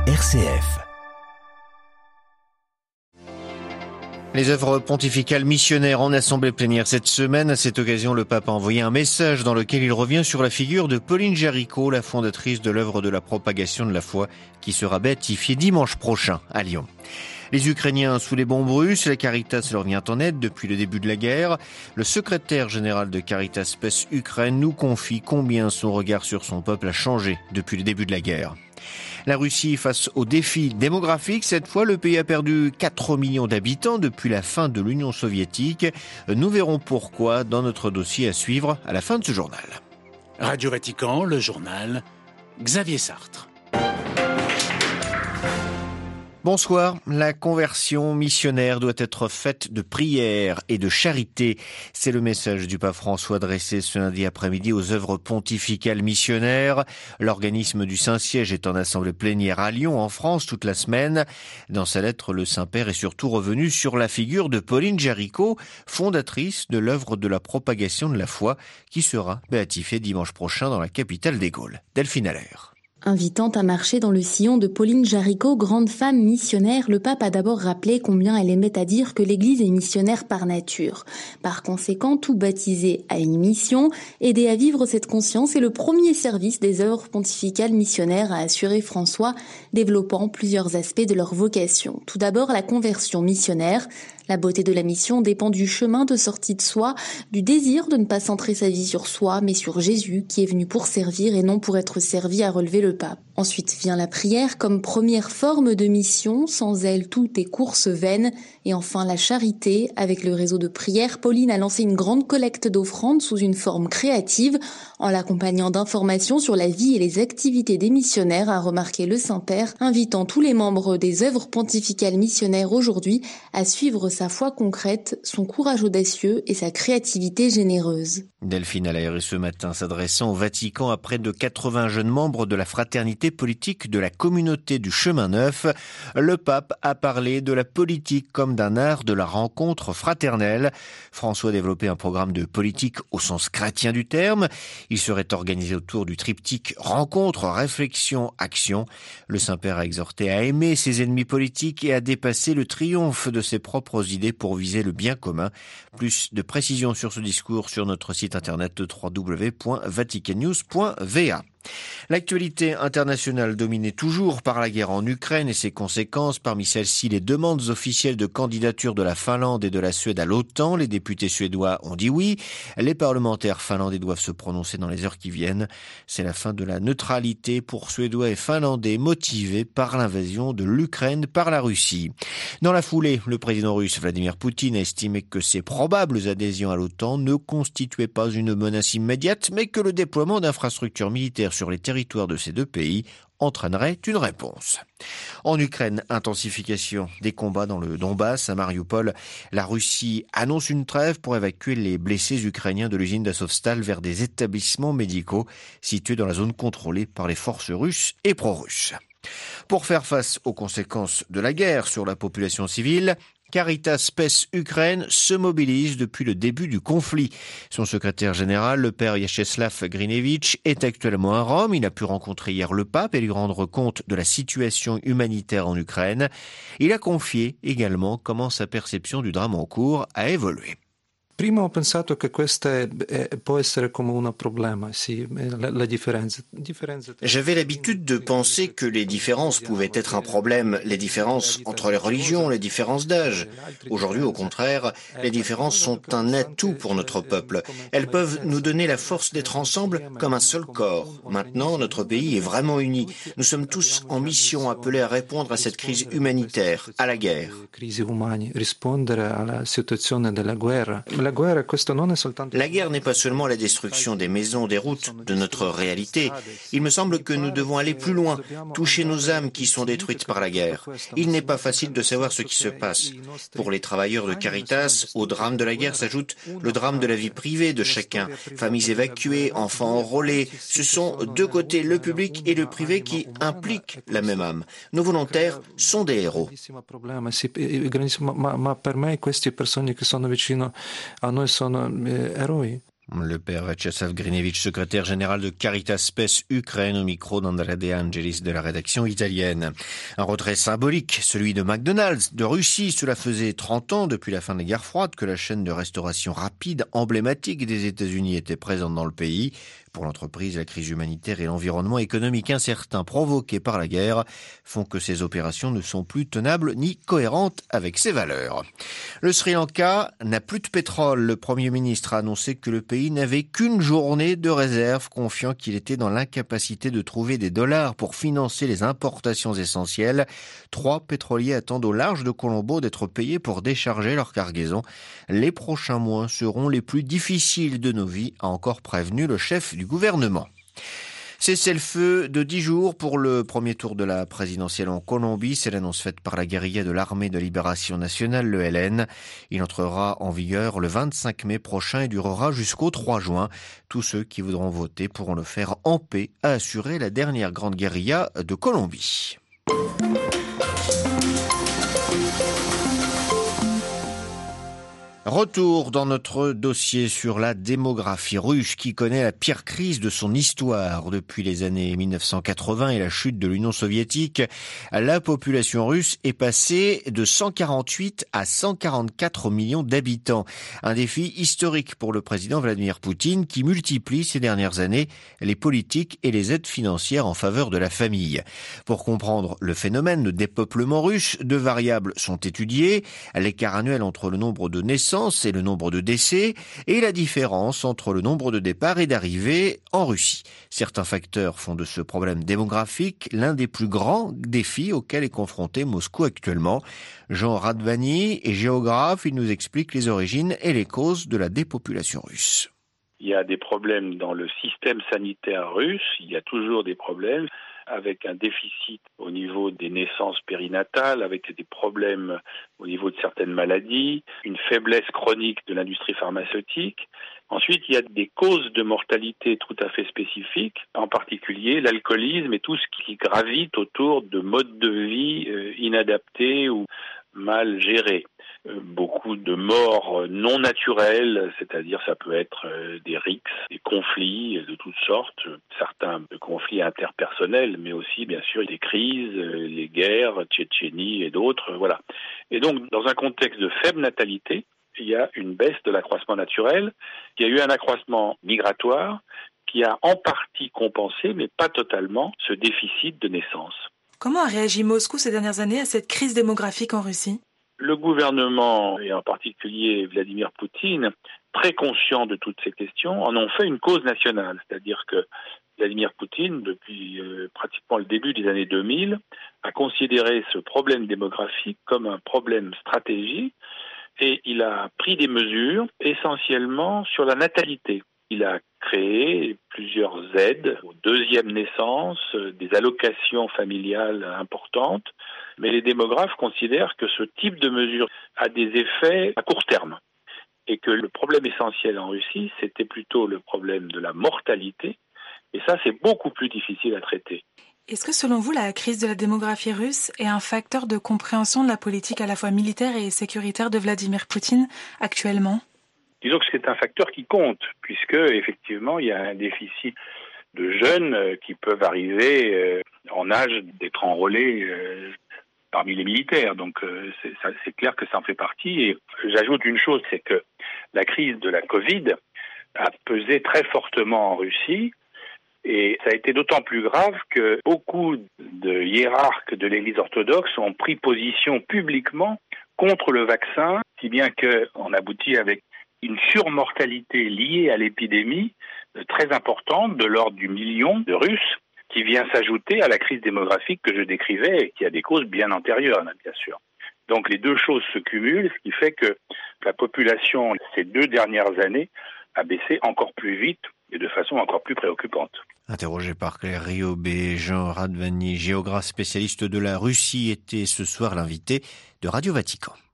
RCF. Les œuvres pontificales missionnaires en assemblée plénière cette semaine. À cette occasion, le pape a envoyé un message dans lequel il revient sur la figure de Pauline Jaricot, la fondatrice de l'œuvre de la propagation de la foi, qui sera béatifiée dimanche prochain à Lyon. Les Ukrainiens sous les bombes russes, la Caritas leur vient en aide depuis le début de la guerre. Le secrétaire général de Caritas Spes Ukraine nous confie combien son regard sur son peuple a changé depuis le début de la guerre. La Russie face aux défis démographiques, cette fois le pays a perdu 4 millions d'habitants depuis la fin de l'Union soviétique. Nous verrons pourquoi dans notre dossier à suivre à la fin de ce journal. Radio Vatican, le journal, Xavier Sartre. Bonsoir. La conversion missionnaire doit être faite de prière et de charité. C'est le message du pape François adressé ce lundi après-midi aux œuvres pontificales missionnaires. L'organisme du Saint-Siège est en assemblée plénière à Lyon, en France, toute la semaine. Dans sa lettre, le Saint-Père est surtout revenu sur la figure de Pauline Jaricot, fondatrice de l'œuvre de la propagation de la foi, qui sera béatifiée dimanche prochain dans la capitale des Gaules. Delphine Allaire. Invitant à marcher dans le sillon de Pauline Jaricot, grande femme missionnaire, le pape a d'abord rappelé combien elle aimait à dire que l'Église est missionnaire par nature. Par conséquent, tout baptisé a une mission. Aider à vivre cette conscience est le premier service des œuvres pontificales missionnaires, a assuré François, développant plusieurs aspects de leur vocation. Tout d'abord, la conversion missionnaire. La beauté de la mission dépend du chemin de sortie de soi, du désir de ne pas centrer sa vie sur soi, mais sur Jésus, qui est venu pour servir et non pour être servi, a relevé le pape. Ensuite vient la prière comme première forme de mission, sans elle tout est course vaine. Et enfin la charité. Avec le réseau de prière, Pauline a lancé une grande collecte d'offrandes sous une forme créative, en l'accompagnant d'informations sur la vie et les activités des missionnaires, a remarqué le Saint-Père, invitant tous les membres des œuvres pontificales missionnaires aujourd'hui à suivre sa foi concrète, son courage audacieux et sa créativité généreuse. Delphine Allaire ce matin s'adressant au Vatican à près de 80 jeunes membres de la fraternité politique de la communauté du Chemin Neuf. Le pape a parlé de la politique comme d'un art de la rencontre fraternelle. François a développé un programme de politique au sens chrétien du terme. Il serait organisé autour du triptyque rencontre, réflexion, action. Le Saint-Père a exhorté à aimer ses ennemis politiques et à dépasser le triomphe de ses propres idées pour viser le bien commun. Plus de précisions sur ce discours sur notre site internet www.vaticannews.va. L'actualité internationale dominée toujours par la guerre en Ukraine et ses conséquences. Parmi celles-ci, les demandes officielles de candidature de la Finlande et de la Suède à l'OTAN. Les députés suédois ont dit oui. Les parlementaires finlandais doivent se prononcer dans les heures qui viennent. C'est la fin de la neutralité pour Suédois et Finlandais motivés par l'invasion de l'Ukraine par la Russie. Dans la foulée, le président russe Vladimir Poutine a estimé que ces probables adhésions à l'OTAN ne constituaient pas une menace immédiate, mais que le déploiement d'infrastructures militaires sur les territoires de ces deux pays entraînerait une réponse. En Ukraine, intensification des combats dans le Donbass. À Mariupol, la Russie annonce une trêve pour évacuer les blessés ukrainiens de l'usine d'Azovstal vers des établissements médicaux situés dans la zone contrôlée par les forces russes et pro-russes. Pour faire face aux conséquences de la guerre sur la population civile, Caritas Spes Ukraine se mobilise depuis le début du conflit. Son secrétaire général, le père Vyacheslav Grinevich, est actuellement à Rome. Il a pu rencontrer hier le pape et lui rendre compte de la situation humanitaire en Ukraine. Il a confié également comment sa perception du drame en cours a évolué. Prima ho pensato che questa può essere come un problema, sì, la differenza. J'avais l'habitude de penser que les différences pouvaient être un problème, les différences entre les religions, les différences d'âge. Aujourd'hui, au contraire, les différences sont un atout pour notre peuple. Elles peuvent nous donner la force d'être ensemble comme un seul corps. Maintenant, notre pays est vraiment uni. Nous sommes tous en mission appelés à répondre à cette crise humanitaire, à la guerre. La guerre n'est pas seulement la destruction des maisons, des routes, de notre réalité. Il me semble que nous devons aller plus loin, toucher nos âmes qui sont détruites par la guerre. Il n'est pas facile de savoir ce qui se passe. Pour les travailleurs de Caritas, au drame de la guerre s'ajoute le drame de la vie privée de chacun. Familles évacuées, enfants enrôlés. Ce sont deux côtés, le public et le privé, qui impliquent la même âme. Nos volontaires sont des héros. Le père Vyacheslav Grinevich, secrétaire général de Caritas Spes Ukraine, au micro d'Andrea De Angelis de la rédaction italienne. Un retrait symbolique, celui de McDonald's de Russie. Cela faisait 30 ans depuis la fin de la guerre froide que la chaîne de restauration rapide emblématique des États-Unis était présente dans le pays. Pour l'entreprise, la crise humanitaire et l'environnement économique incertain provoqués par la guerre font que ces opérations ne sont plus tenables ni cohérentes avec ses valeurs. Le Sri Lanka n'a plus de pétrole. Le Premier ministre a annoncé que le pays n'avait qu'une journée de réserve, confiant qu'il était dans l'incapacité de trouver des dollars pour financer les importations essentielles. 3 pétroliers attendent au large de Colombo d'être payés pour décharger leur cargaison. Les prochains mois seront les plus difficiles de nos vies, a encore prévenu le chef du gouvernement. Cessez-le-feu de 10 jours pour le premier tour de la présidentielle en Colombie. C'est l'annonce faite par la guérilla de l'Armée de Libération Nationale, le ELN. Il entrera en vigueur le 25 mai prochain et durera jusqu'au 3 juin. Tous ceux qui voudront voter pourront le faire en paix, a assuré la dernière grande guérilla de Colombie. Retour dans notre dossier sur la démographie russe qui connaît la pire crise de son histoire. Depuis les années 1980 et la chute de l'Union soviétique, la population russe est passée de 148 à 144 millions d'habitants. Un défi historique pour le président Vladimir Poutine qui multiplie ces dernières années les politiques et les aides financières en faveur de la famille. Pour comprendre le phénomène de dépeuplement russe, 2 variables sont étudiées. L'écart annuel entre le nombre de naissances et le nombre de décès, et la différence entre le nombre de départs et d'arrivées en Russie. Certains facteurs font de ce problème démographique l'un des plus grands défis auxquels est confronté Moscou actuellement. Jean Radvani est géographe, il nous explique les origines et les causes de la dépopulation russe. Il y a des problèmes dans le système sanitaire russe, il y a toujours des problèmes avec un déficit au niveau des naissances périnatales, avec des problèmes au niveau de certaines maladies, une faiblesse chronique de l'industrie pharmaceutique. Ensuite, il y a des causes de mortalité tout à fait spécifiques, en particulier l'alcoolisme et tout ce qui gravite autour de modes de vie inadaptés ou mal gérés. Beaucoup de morts non naturelles, c'est-à-dire ça peut être des rixes, des conflits de toutes sortes, certains conflits interpersonnels, mais aussi bien sûr des crises, les guerres, Tchétchénie et d'autres, voilà. Et donc dans un contexte de faible natalité, il y a une baisse de l'accroissement naturel, il y a eu un accroissement migratoire qui a en partie compensé, mais pas totalement, ce déficit de naissance. Comment a réagi Moscou ces dernières années à cette crise démographique en Russie ? Le gouvernement, et en particulier Vladimir Poutine, très conscient de toutes ces questions, en ont fait une cause nationale. C'est-à-dire que Vladimir Poutine, depuis pratiquement le début des années 2000, a considéré ce problème démographique comme un problème stratégique et il a pris des mesures essentiellement sur la natalité. Il a créé plusieurs aides aux 2e naissances, des allocations familiales importantes, mais les démographes considèrent que ce type de mesure a des effets à court terme et que le problème essentiel en Russie, c'était plutôt le problème de la mortalité, et ça, c'est beaucoup plus difficile à traiter. Est-ce que selon vous, la crise de la démographie russe est un facteur de compréhension de la politique à la fois militaire et sécuritaire de Vladimir Poutine actuellement ? Disons que c'est un facteur qui compte, puisque effectivement il y a un déficit de jeunes qui peuvent arriver en âge d'être enrôlés parmi les militaires. Donc c'est clair que ça en fait partie. Et j'ajoute une chose, c'est que la crise de la Covid a pesé très fortement en Russie. Et ça a été d'autant plus grave que beaucoup de hiérarques de l'Église orthodoxe ont pris position publiquement contre le vaccin, si bien qu'on aboutit avec une surmortalité liée à l'épidémie très importante de l'ordre du million de Russes qui vient s'ajouter à la crise démographique que je décrivais et qui a des causes bien antérieures, bien sûr. Donc les deux choses se cumulent, ce qui fait que la population, ces 2 dernières années, a baissé encore plus vite et de façon encore plus préoccupante. Interrogé par Claire Riobé, Jean Radvani, géographe spécialiste de la Russie, était ce soir l'invité de Radio Vatican.